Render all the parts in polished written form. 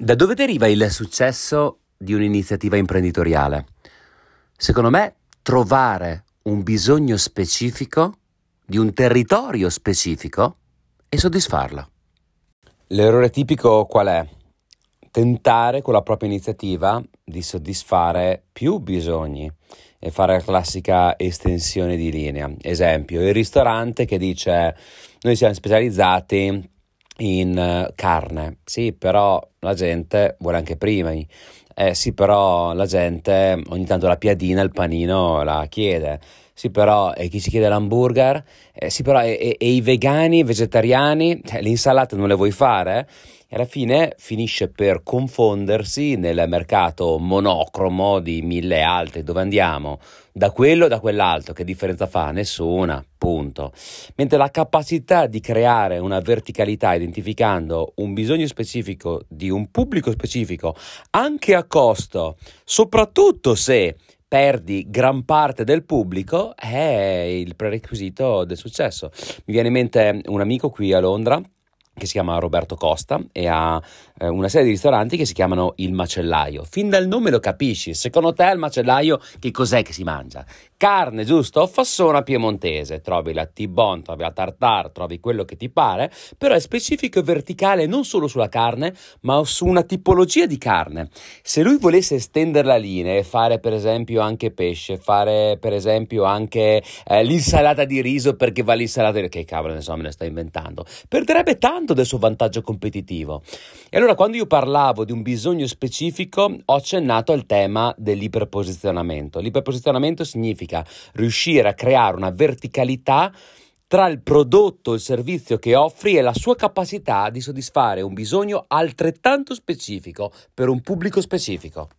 Da dove deriva il successo di un'iniziativa imprenditoriale? Secondo me, trovare un bisogno specifico di un territorio specifico e soddisfarlo. L'errore tipico qual è? Tentare con la propria iniziativa di soddisfare più bisogni e fare la classica estensione di linea. Esempio, il ristorante che dice: noi siamo specializzati in carne, sì, però la gente vuole anche primi, sì, però la gente ogni tanto la piadina, il panino la chiede, sì, però e chi ci chiede l'hamburger, sì, però e i vegani, i vegetariani, le insalate non le vuoi fare? E alla fine finisce per confondersi nel mercato monocromo di mille altri. Dove andiamo? Da quello o da quell'altro? Che differenza fa? Nessuna, punto. Mentre la capacità di creare una verticalità identificando un bisogno specifico di un pubblico specifico, anche a costo, soprattutto se perdi gran parte del pubblico, è il prerequisito del successo. Mi viene in mente un amico qui a Londra che si chiama Roberto Costa e ha una serie di ristoranti che si chiamano Il Macellaio. Fin dal nome lo capisci. Secondo te il macellaio che cos'è che si mangia? Carne, giusto? Fassona piemontese. Trovi la T-bone, trovi la tartare, trovi quello che ti pare, però è specifico e verticale non solo sulla carne, ma su una tipologia di carne. Se lui volesse estendere la linea e fare per esempio anche pesce, fare per esempio anche l'insalata di riso, perché va l'insalata di... che cavolo ne so, me ne sto inventando, perderebbe tanto del suo vantaggio competitivo. E allora quando io parlavo di un bisogno specifico ho accennato al tema dell'iperposizionamento. L'iperposizionamento significa riuscire a creare una verticalità tra il prodotto, il servizio che offri e la sua capacità di soddisfare un bisogno altrettanto specifico per un pubblico specifico.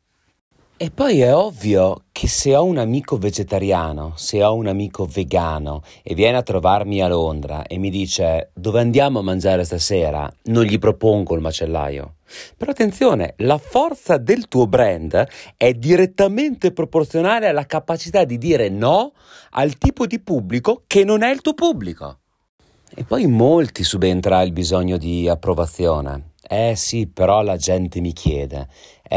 E poi è ovvio che se ho un amico vegetariano, se ho un amico vegano e viene a trovarmi a Londra e mi dice: dove andiamo a mangiare stasera? Non gli propongo il macellaio. Però attenzione, la forza del tuo brand è direttamente proporzionale alla capacità di dire no al tipo di pubblico che non è il tuo pubblico. E poi in molti subentra il bisogno di approvazione. Sì, però la gente mi chiede.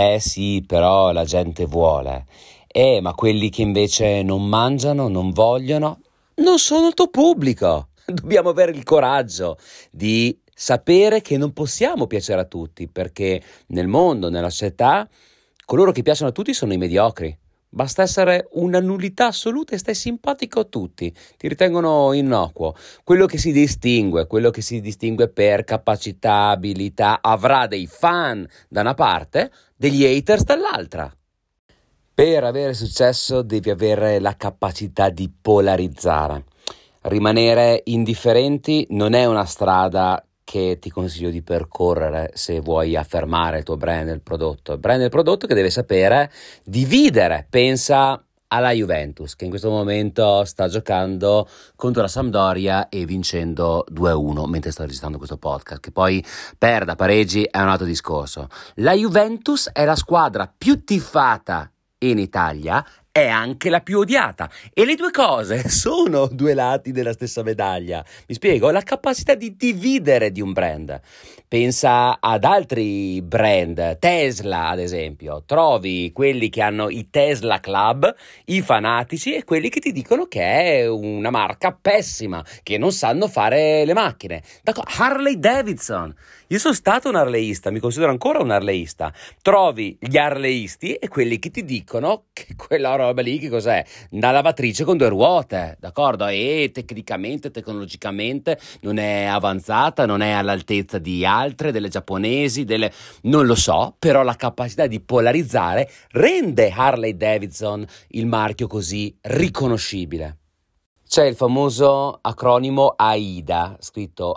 Sì, però la gente vuole. Ma quelli che invece non mangiano, non vogliono, non sono il tuo pubblico. Dobbiamo avere il coraggio di sapere che non possiamo piacere a tutti, perché nel mondo, nella società, coloro che piacciono a tutti sono i mediocri. Basta essere una nullità assoluta e stai simpatico a tutti, ti ritengono innocuo. Quello che si distingue per capacità, abilità, avrà dei fan da una parte, degli haters dall'altra. Per avere successo devi avere la capacità di polarizzare. Rimanere indifferenti non è una strada che ti consiglio di percorrere se vuoi affermare il tuo brand e il prodotto. Il brand e il prodotto che deve sapere dividere. Pensa alla Juventus, che in questo momento sta giocando contro la Sampdoria e vincendo 2-1 mentre sto registrando questo podcast. Che poi perda, pareggi, è un altro discorso. La Juventus è la squadra più tifata in Italia, è anche la più odiata, e le due cose sono due lati della stessa medaglia. Mi spiego? La capacità di dividere di un brand. Pensa ad altri brand, Tesla ad esempio, trovi quelli che hanno i Tesla Club, i fanatici, e quelli che ti dicono che è una marca pessima, che non sanno fare le macchine. Harley Davidson. Io sono stato un harleyista, mi considero ancora un harleyista. Trovi gli harleyisti e quelli che ti dicono che quella roba lì che cos'è? Una lavatrice con due ruote, d'accordo? E tecnicamente, tecnologicamente non è avanzata, non è all'altezza di altre, delle giapponesi, non lo so, però la capacità di polarizzare rende Harley Davidson il marchio così riconoscibile. C'è il famoso acronimo AIDA, scritto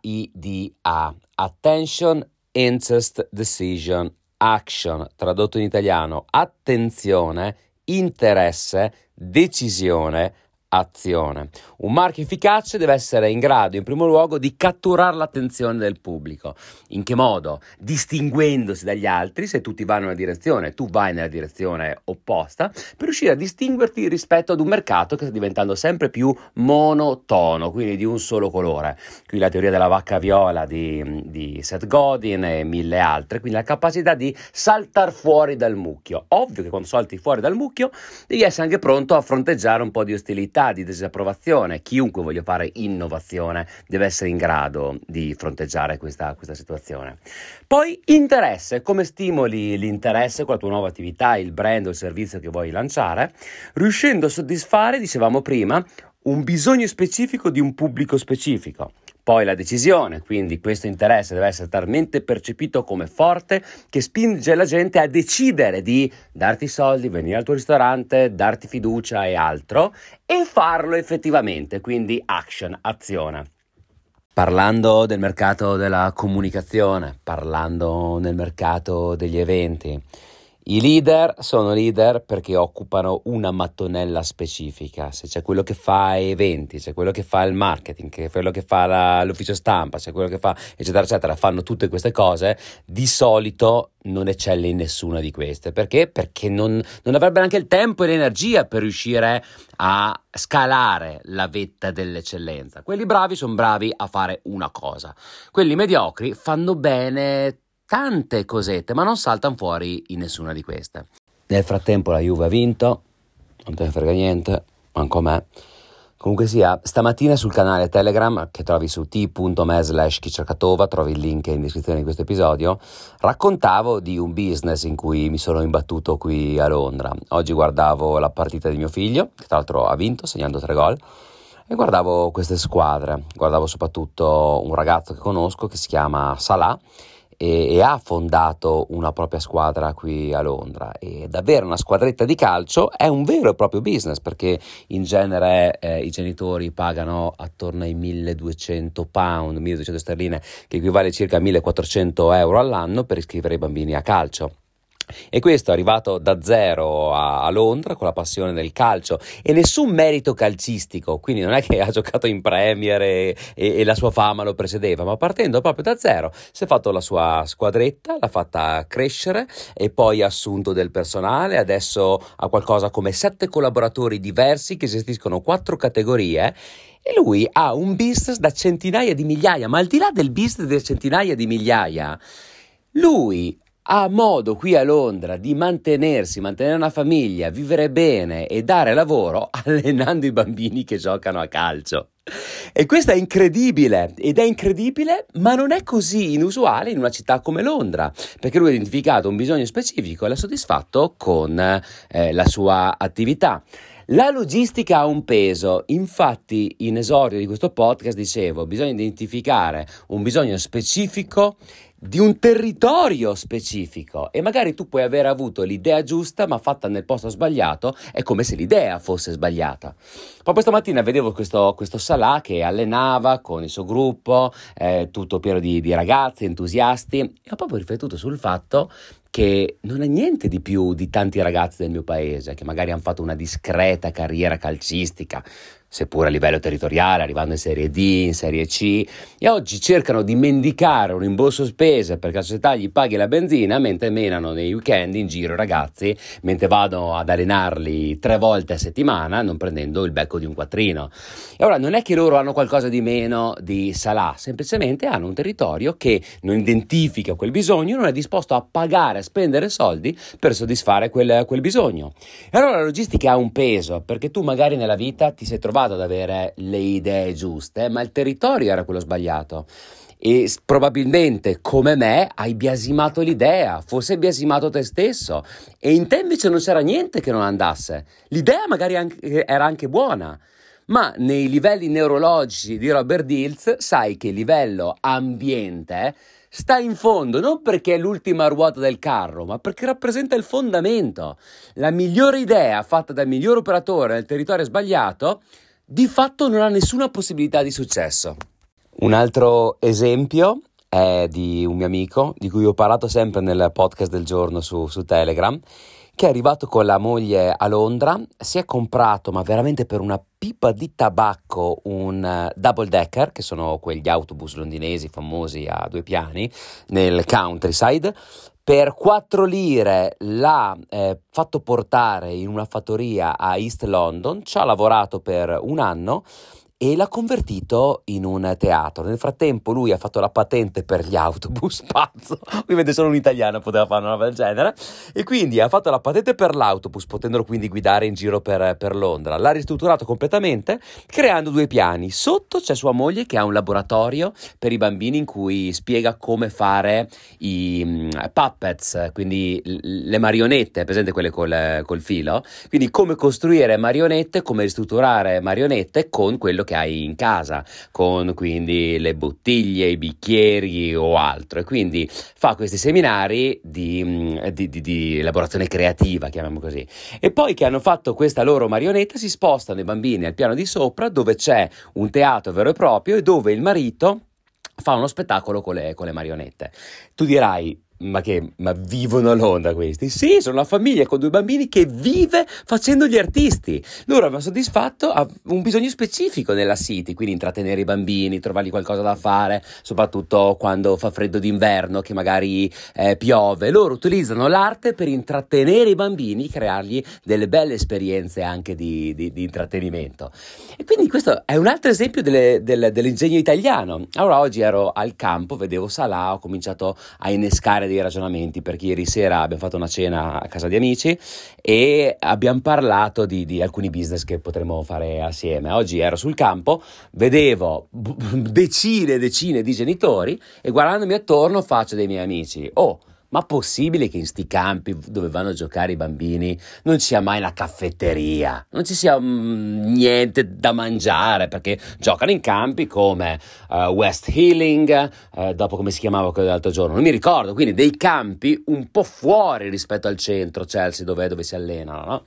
AIDA, Attention, Interest, Decision, Action, tradotto in italiano: attenzione, interesse, decisione, azione. Un marchio efficace deve essere in grado, in primo luogo, di catturare l'attenzione del pubblico. In che modo? Distinguendosi dagli altri. Se tutti vanno in una direzione, tu vai nella direzione opposta, per riuscire a distinguerti rispetto ad un mercato che sta diventando sempre più monotono, quindi di un solo colore. Qui la teoria della vacca viola di Seth Godin e mille altre, quindi la capacità di saltar fuori dal mucchio. Ovvio che quando salti fuori dal mucchio devi essere anche pronto a fronteggiare un po' di ostilità, di disapprovazione. Chiunque voglia fare innovazione deve essere in grado di fronteggiare questa situazione. Poi interesse: come stimoli l'interesse con la tua nuova attività, il brand o il servizio che vuoi lanciare, riuscendo a soddisfare, dicevamo prima, un bisogno specifico di un pubblico specifico. Poi la decisione, quindi questo interesse deve essere talmente percepito come forte che spinge la gente a decidere di darti soldi, venire al tuo ristorante, darti fiducia e altro, e farlo effettivamente, quindi azione. Parlando del mercato della comunicazione, parlando nel mercato degli eventi, i leader sono leader perché occupano una mattonella specifica. Se c'è quello che fa eventi, c'è quello che fa il marketing, c'è quello che fa l'ufficio stampa, c'è quello che fa eccetera eccetera, fanno tutte queste cose, di solito non eccelle in nessuna di queste. Perché? Perché non avrebbe neanche il tempo e l'energia per riuscire a scalare la vetta dell'eccellenza. Quelli bravi sono bravi a fare una cosa, quelli mediocri fanno bene tante cosette, ma non saltano fuori in nessuna di queste. Nel frattempo la Juve ha vinto, non te ne frega niente, manco a me. Comunque sia, stamattina sul canale Telegram, che trovi su t.me/chicercatova, trovi il link in descrizione di questo episodio, raccontavo di un business in cui mi sono imbattuto qui a Londra. Oggi guardavo la partita di mio figlio, che tra l'altro ha vinto, segnando 3 gol, e guardavo queste squadre. Guardavo soprattutto un ragazzo che conosco, che si chiama Salah, e ha fondato una propria squadra qui a Londra. E davvero una squadretta di calcio è un vero e proprio business, perché in genere i genitori pagano attorno ai £1.200, 1.200 sterline, che equivale circa a 1.400 euro all'anno, per iscrivere i bambini a calcio. E questo è arrivato da zero a Londra con la passione del calcio e nessun merito calcistico, quindi non è che ha giocato in Premier e la sua fama lo precedeva, ma partendo proprio da zero si è fatto la sua squadretta, l'ha fatta crescere e poi ha assunto del personale. Adesso ha qualcosa come 7 collaboratori diversi che gestiscono 4 categorie. E lui ha un business da centinaia di migliaia, ma al di là del business da centinaia di migliaia, lui ha modo qui a Londra di mantenere una famiglia, vivere bene e dare lavoro allenando i bambini che giocano a calcio. E questo è incredibile, ma non è così inusuale in una città come Londra, perché lui ha identificato un bisogno specifico e l'ha soddisfatto con la sua attività. La logistica ha un peso, infatti in esordio di questo podcast dicevo, bisogna identificare un bisogno specifico di un territorio specifico, e magari tu puoi aver avuto l'idea giusta ma fatta nel posto sbagliato, è come se l'idea fosse sbagliata. Proprio stamattina vedevo questo Salah che allenava con il suo gruppo, tutto pieno di ragazzi entusiasti, e ho proprio riflettuto sul fatto che non è niente di più di tanti ragazzi del mio paese che magari hanno fatto una discreta carriera calcistica, seppur a livello territoriale, arrivando in Serie D, in Serie C, e oggi cercano di mendicare un rimborso spese perché la società gli paghi la benzina, mentre menano nei weekend in giro i ragazzi, mentre vado ad allenarli 3 volte a settimana, non prendendo il becco di un quattrino. E ora non è che loro hanno qualcosa di meno di Salah, semplicemente hanno un territorio che non identifica quel bisogno, non è disposto a pagare, a spendere soldi per soddisfare quel bisogno. E allora la logistica ha un peso, perché tu magari nella vita ti sei trovato ad avere le idee giuste, ma il territorio era quello sbagliato. E probabilmente, come me, hai biasimato l'idea, forse hai biasimato te stesso, e in te invece non c'era niente che non andasse. L'idea magari era anche buona, ma nei livelli neurologici di Robert Dilts sai che il livello ambiente sta in fondo, non perché è l'ultima ruota del carro, ma perché rappresenta il fondamento. La migliore idea fatta dal miglior operatore nel territorio sbagliato di fatto non ha nessuna possibilità di successo. Un altro esempio è di un mio amico, di cui ho parlato sempre nel podcast del giorno su Telegram, che è arrivato con la moglie a Londra, si è comprato, ma veramente per una pipa di tabacco, un double decker, che sono quegli autobus londinesi famosi a 2 piani, nel countryside. Per 4 lire l'ha fatto portare in una fattoria a East London, ci ha lavorato per un anno e l'ha convertito in un teatro. Nel frattempo lui ha fatto la patente per gli autobus, pazzo, ovviamente solo un italiano poteva fare una roba del genere, e quindi ha fatto la patente per l'autobus, potendolo quindi guidare in giro per Londra. L'ha ristrutturato completamente, creando 2 piani. Sotto c'è sua moglie che ha un laboratorio per i bambini in cui spiega come fare i puppets, quindi le marionette, presente quelle col filo, quindi come costruire marionette, come ristrutturare marionette con quello che hai in casa, con quindi le bottiglie, i bicchieri o altro, e quindi fa questi seminari di elaborazione creativa, chiamiamo così. E poi che hanno fatto questa loro marionetta, si spostano i bambini al piano di sopra, dove c'è un teatro vero e proprio e dove il marito fa uno spettacolo con le marionette. Tu dirai: ma vivono a Londra questi? Sì, sono una famiglia con 2 bambini che vive facendo gli artisti. Loro hanno soddisfatto un bisogno specifico nella City, quindi intrattenere i bambini, trovargli qualcosa da fare, soprattutto quando fa freddo d'inverno, che magari piove. Loro utilizzano l'arte per intrattenere i bambini, creargli delle belle esperienze anche di intrattenimento. E quindi questo è un altro esempio dell'ingegno italiano. Allora oggi ero al campo, vedevo Salah, ho cominciato a innescare dei ragionamenti, perché ieri sera abbiamo fatto una cena a casa di amici e abbiamo parlato di alcuni business che potremmo fare assieme. Oggi ero sul campo, vedevo decine e decine di genitori e guardandomi attorno faccio dei miei amici: oh, ma possibile che in sti campi dove vanno a giocare i bambini non ci sia mai la caffetteria, non ci sia niente da mangiare, perché giocano in campi come West Ealing, dopo come si chiamava quello dell'altro giorno, non mi ricordo, quindi dei campi un po' fuori rispetto al centro Chelsea dove si allenano, no?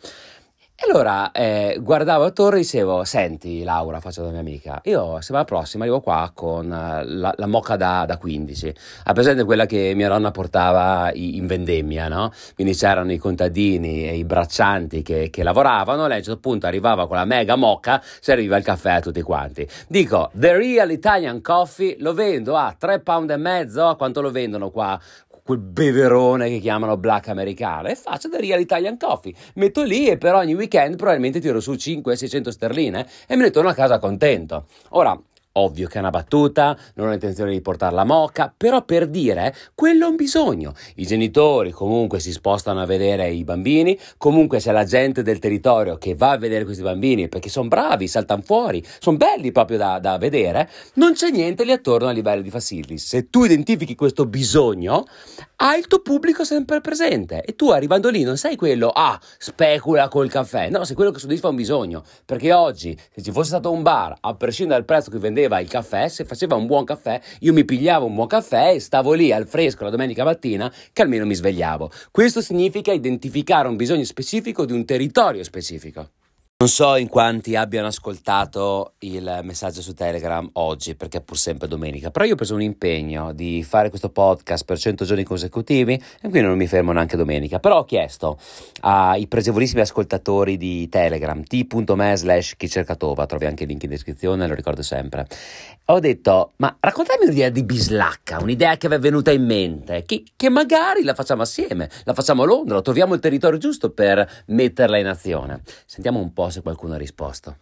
E allora guardavo attorno e dicevo: senti Laura, faccio da mia amica, io settimana prossima arrivo qua con la moka da 15, ha presente quella che mia nonna portava in vendemmia, no? Quindi c'erano i contadini e i braccianti che lavoravano, lei a un certo punto arrivava con la mega moka, serviva il caffè a tutti quanti. Dico: The Real Italian Coffee lo vendo a £3,50, a quanto lo vendono qua quel beverone che chiamano black americano, e faccio da Real Italian Coffee, metto lì e per ogni weekend probabilmente tiro su 500-600 sterline e me ne torno a casa contento. Ora, ovvio che è una battuta, non ho intenzione di portare la moka, però per dire, quello è un bisogno. I genitori comunque si spostano a vedere i bambini, comunque c'è la gente del territorio che va a vedere questi bambini perché sono bravi, saltano fuori, sono belli proprio da vedere, non c'è niente lì attorno a livello di facilities. Se tu identifichi questo bisogno, hai il tuo pubblico sempre presente e tu arrivando lì non sei quello, specula col caffè, no, sei quello che soddisfa un bisogno, perché oggi se ci fosse stato un bar, a prescindere dal prezzo che vendeva il caffè, se faceva un buon caffè, io mi pigliavo un buon caffè e stavo lì al fresco la domenica mattina che almeno mi svegliavo. Questo significa identificare un bisogno specifico di un territorio specifico. Non so in quanti abbiano ascoltato il messaggio su Telegram oggi, perché è pur sempre domenica, però io ho preso un impegno di fare questo podcast per 100 giorni consecutivi e quindi non mi fermo neanche domenica. Però ho chiesto ai pregevolissimi ascoltatori di Telegram, t.me/chicercatova, trovi anche il link in descrizione, lo ricordo sempre. Ho detto: ma raccontami un'idea di bislacca, un'idea che vi è venuta in mente, che magari la facciamo assieme, la facciamo a Londra, troviamo il territorio giusto per metterla in azione. Sentiamo un po' se qualcuno ha risposto.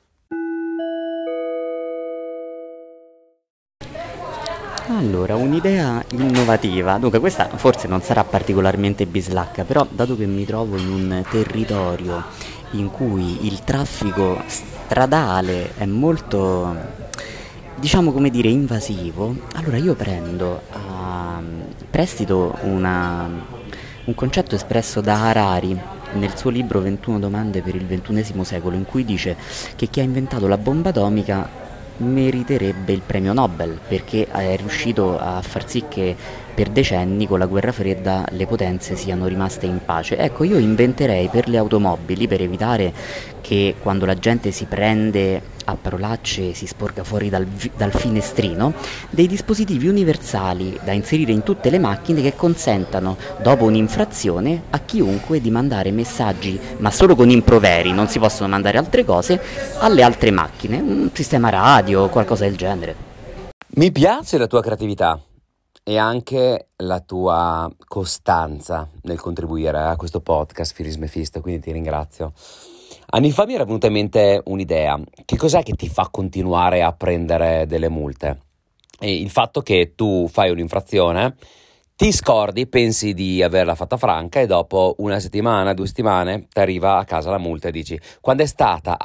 Allora, un'idea innovativa. Dunque, questa forse non sarà particolarmente bislacca, però dato che mi trovo in un territorio in cui il traffico stradale è molto, diciamo, come dire, invasivo, allora io prendo a prestito un concetto espresso da Harari nel suo libro 21 domande per il XXI secolo, in cui dice che chi ha inventato la bomba atomica meriterebbe il premio Nobel perché è riuscito a far sì che per decenni con la guerra fredda le potenze siano rimaste in pace. Ecco, io inventerei per le automobili, per evitare che quando la gente si prende a parolacce si sporca fuori dal finestrino, dei dispositivi universali da inserire in tutte le macchine che consentano, dopo un'infrazione, a chiunque di mandare messaggi, ma solo con improveri, non si possono mandare altre cose, alle altre macchine, un sistema radio, qualcosa del genere. Mi piace la tua creatività e anche la tua costanza nel contribuire a questo podcast Firis Mephisto, quindi ti ringrazio. Anni fa mi era venuta in mente un'idea. Che cos'è che ti fa continuare a prendere delle multe? E il fatto che tu fai un'infrazione, ti scordi, pensi di averla fatta franca e dopo una settimana, 2 settimane, ti arriva a casa la multa e dici: quando è stata?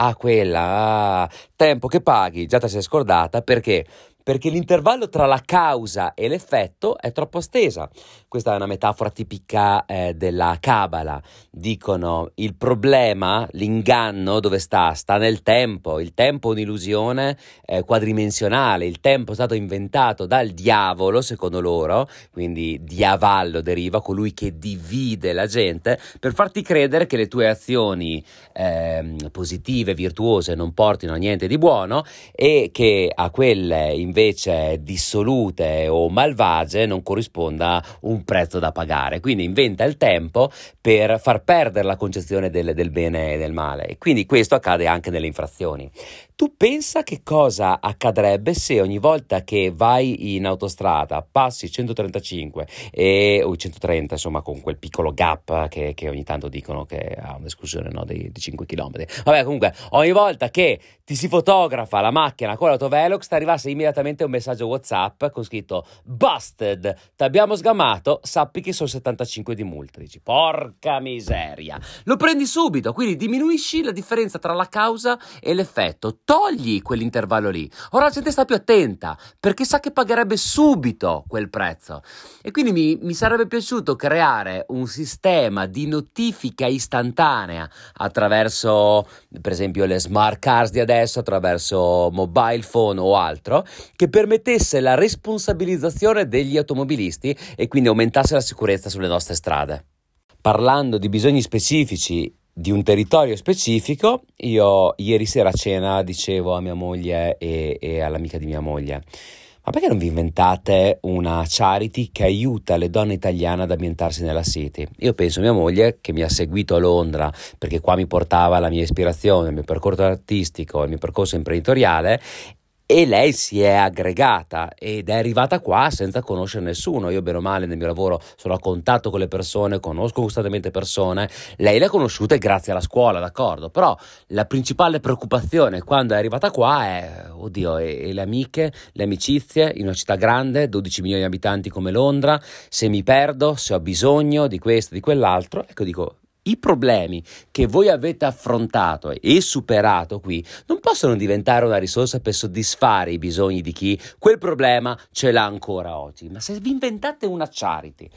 Quella, tempo che paghi, già ti sei scordata, perché? Perché l'intervallo tra la causa e l'effetto è troppo estesa. Questa è una metafora tipica della Kabbalah. Dicono il problema, l'inganno dove sta? Sta nel tempo. Il tempo è un'illusione quadridimensionale. Il tempo è stato inventato dal diavolo, secondo loro, quindi diavallo deriva, colui che divide la gente, per farti credere che le tue azioni positive, virtuose, non portino a niente di buono e che a quelle invece dissolute o malvagie non corrisponda un prezzo da pagare. Quindi inventa il tempo per far perdere la concezione del bene e del male, e quindi questo accade anche nelle infrazioni. Tu pensa che cosa accadrebbe se ogni volta che vai in autostrada passi 135 o 130, insomma, con quel piccolo gap che ogni tanto dicono che ha un'escursione, no, di 5 km. Vabbè, comunque, ogni volta che ti si fotografa la macchina con l'autovelox ti arrivasse immediatamente un messaggio WhatsApp con scritto "Busted, t'abbiamo sgamato, sappi che sono 75 di multa". Dici: porca miseria. Lo prendi subito, quindi diminuisci la differenza tra la causa e l'effetto. Togli quell'intervallo lì. Ora la gente sta più attenta perché sa che pagherebbe subito quel prezzo. E quindi mi sarebbe piaciuto creare un sistema di notifica istantanea attraverso, per esempio, le smart cars di adesso, attraverso mobile phone o altro, che permettesse la responsabilizzazione degli automobilisti e quindi aumentasse la sicurezza sulle nostre strade. Parlando di bisogni specifici di un territorio specifico, io ieri sera a cena dicevo a mia moglie e all'amica di mia moglie: ma perché non vi inventate una charity che aiuta le donne italiane ad ambientarsi nella city? Io penso a mia moglie, che mi ha seguito a Londra perché qua mi portava la mia ispirazione, il mio percorso artistico, il mio percorso imprenditoriale, e lei si è aggregata ed è arrivata qua senza conoscere nessuno. Io bene o male nel mio lavoro sono a contatto con le persone, conosco costantemente persone. Lei le ha conosciute grazie alla scuola, d'accordo, però la principale preoccupazione quando è arrivata qua è: oddio, e le amiche, le amicizie in una città grande, 12 milioni di abitanti come Londra, se mi perdo, se ho bisogno di questo, di quell'altro. Ecco, dico, i problemi che voi avete affrontato e superato qui non possono diventare una risorsa per soddisfare i bisogni di chi quel problema ce l'ha ancora oggi. Ma se vi inventate una charity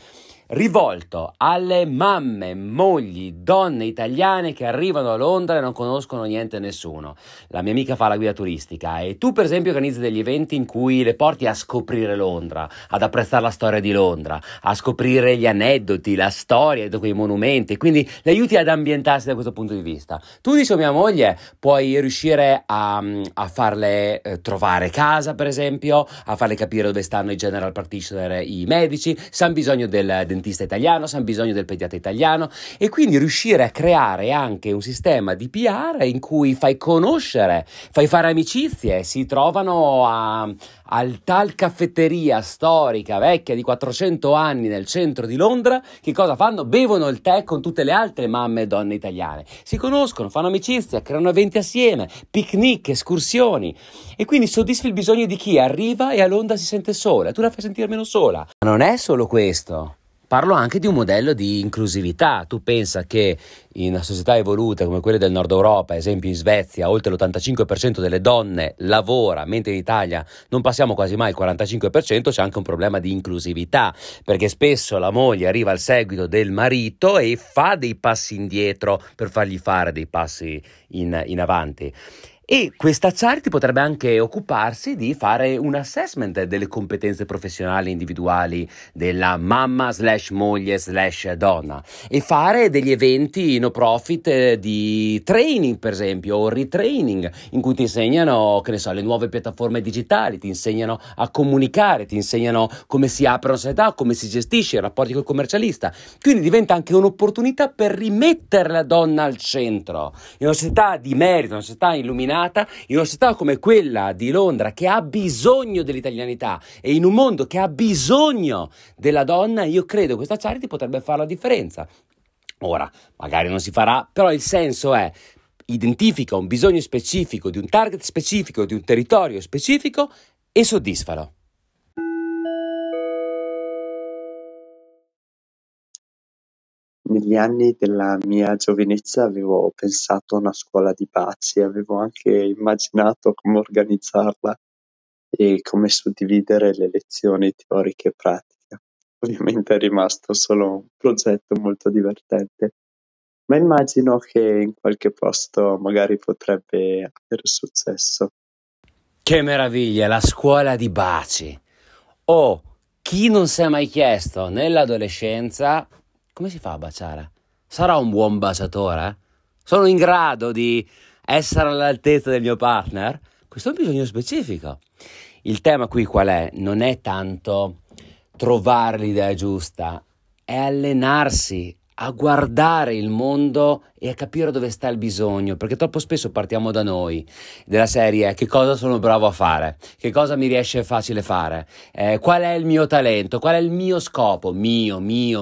rivolto alle mamme, mogli, donne italiane che arrivano a Londra e non conoscono niente e nessuno. La mia amica fa la guida turistica e tu, per esempio, organizzi degli eventi in cui le porti a scoprire Londra, ad apprezzare la storia di Londra, a scoprire gli aneddoti, la storia di quei monumenti, quindi le aiuti ad ambientarsi da questo punto di vista. Tu, dice mia moglie, puoi riuscire a farle trovare casa, per esempio, a farle capire dove stanno i general practitioner, i medici, se hanno bisogno del dentista italiano, se hanno bisogno del pediatra italiano, e quindi riuscire a creare anche un sistema di PR in cui fai conoscere, fai fare amicizie, si trovano al tal caffetteria storica vecchia di 400 anni nel centro di Londra. Che cosa fanno? Bevono il tè con tutte le altre mamme e donne italiane, si conoscono, fanno amicizia, creano eventi assieme, picnic, escursioni, e quindi soddisfi il bisogno di chi arriva e a Londra si sente sola, tu la fai sentire meno sola. Ma non è solo questo. Parlo anche di un modello di inclusività. Tu pensa che in società evolute come quelle del Nord Europa, esempio in Svezia, oltre l'85% delle donne lavora, mentre in Italia non passiamo quasi mai il 45%, c'è anche un problema di inclusività, perché spesso la moglie arriva al seguito del marito e fa dei passi indietro per fargli fare dei passi in avanti. E questa charity potrebbe anche occuparsi di fare un assessment delle competenze professionali individuali della mamma slash moglie slash donna e fare degli eventi no profit di training, per esempio, o retraining, in cui ti insegnano, che ne so, le nuove piattaforme digitali, ti insegnano a comunicare, ti insegnano come si apre una società, come si gestisce i rapporti col commercialista. Quindi diventa anche un'opportunità per rimettere la donna al centro, in una società di merito, una società illuminata, in una società come quella di Londra che ha bisogno dell'italianità e in un mondo che ha bisogno della donna. Io credo che questa charity potrebbe fare la differenza. Ora, magari non si farà, però il senso è: identifica un bisogno specifico, di un target specifico, di un territorio specifico e soddisfalo. Negli anni della mia giovinezza avevo pensato a una scuola di pace, avevo anche immaginato come organizzarla e come suddividere le lezioni teoriche e pratiche. Ovviamente è rimasto solo un progetto molto divertente, ma immagino che in qualche posto magari potrebbe avere successo. Che meraviglia, la scuola di baci. Oh, chi non si è mai chiesto nell'adolescenza come si fa a baciare? Sarò un buon baciatore? Sono in grado di essere all'altezza del mio partner? Questo è un bisogno specifico. Il tema qui qual è? Non è tanto trovare l'idea giusta, è allenarsi a guardare il mondo e a capire dove sta il bisogno, perché troppo spesso partiamo da noi, della serie: che cosa sono bravo a fare, che cosa mi riesce facile fare, qual è il mio talento, qual è il mio scopo, mio.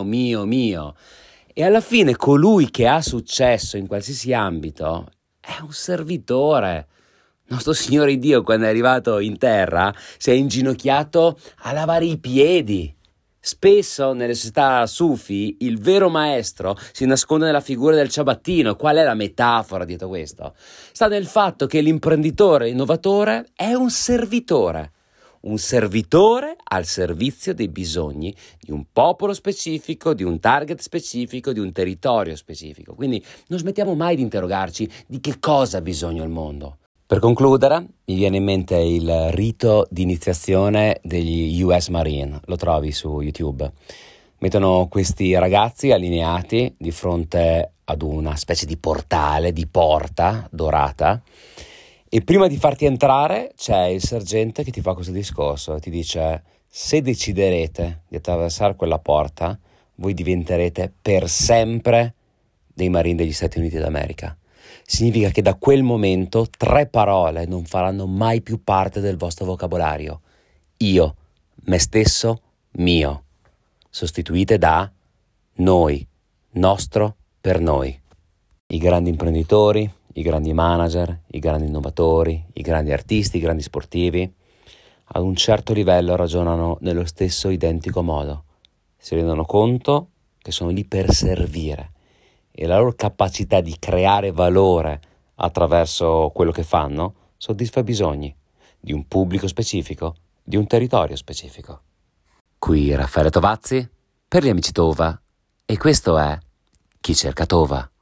E alla fine colui che ha successo in qualsiasi ambito è un servitore. Nostro Signore Dio, quando è arrivato in terra, si è inginocchiato a lavare i piedi. Spesso nelle società sufi il vero maestro si nasconde nella figura del ciabattino. Qual è la metafora dietro questo? Sta nel fatto che l'imprenditore innovatore è un servitore al servizio dei bisogni di un popolo specifico, di un target specifico, di un territorio specifico. Quindi non smettiamo mai di interrogarci di che cosa ha bisogno il mondo. Per concludere, mi viene in mente il rito di iniziazione degli US Marine, lo trovi su YouTube. Mettono questi ragazzi allineati di fronte ad una specie di portale, di porta dorata, e prima di farti entrare c'è il sergente che ti fa questo discorso e ti dice: se deciderete di attraversare quella porta, voi diventerete per sempre dei Marine degli Stati Uniti d'America. Significa che da quel momento 3 parole non faranno mai più parte del vostro vocabolario. Io, me stesso, mio, sostituite da noi, nostro, per noi. I grandi imprenditori, i grandi manager, i grandi innovatori, i grandi artisti, i grandi sportivi, ad un certo livello ragionano nello stesso identico modo. Si rendono conto che sono lì per servire, e la loro capacità di creare valore attraverso quello che fanno soddisfa i bisogni di un pubblico specifico, di un territorio specifico. Qui Raffaele Tovazzi per gli amici Tova, e questo è Chi cerca Tova.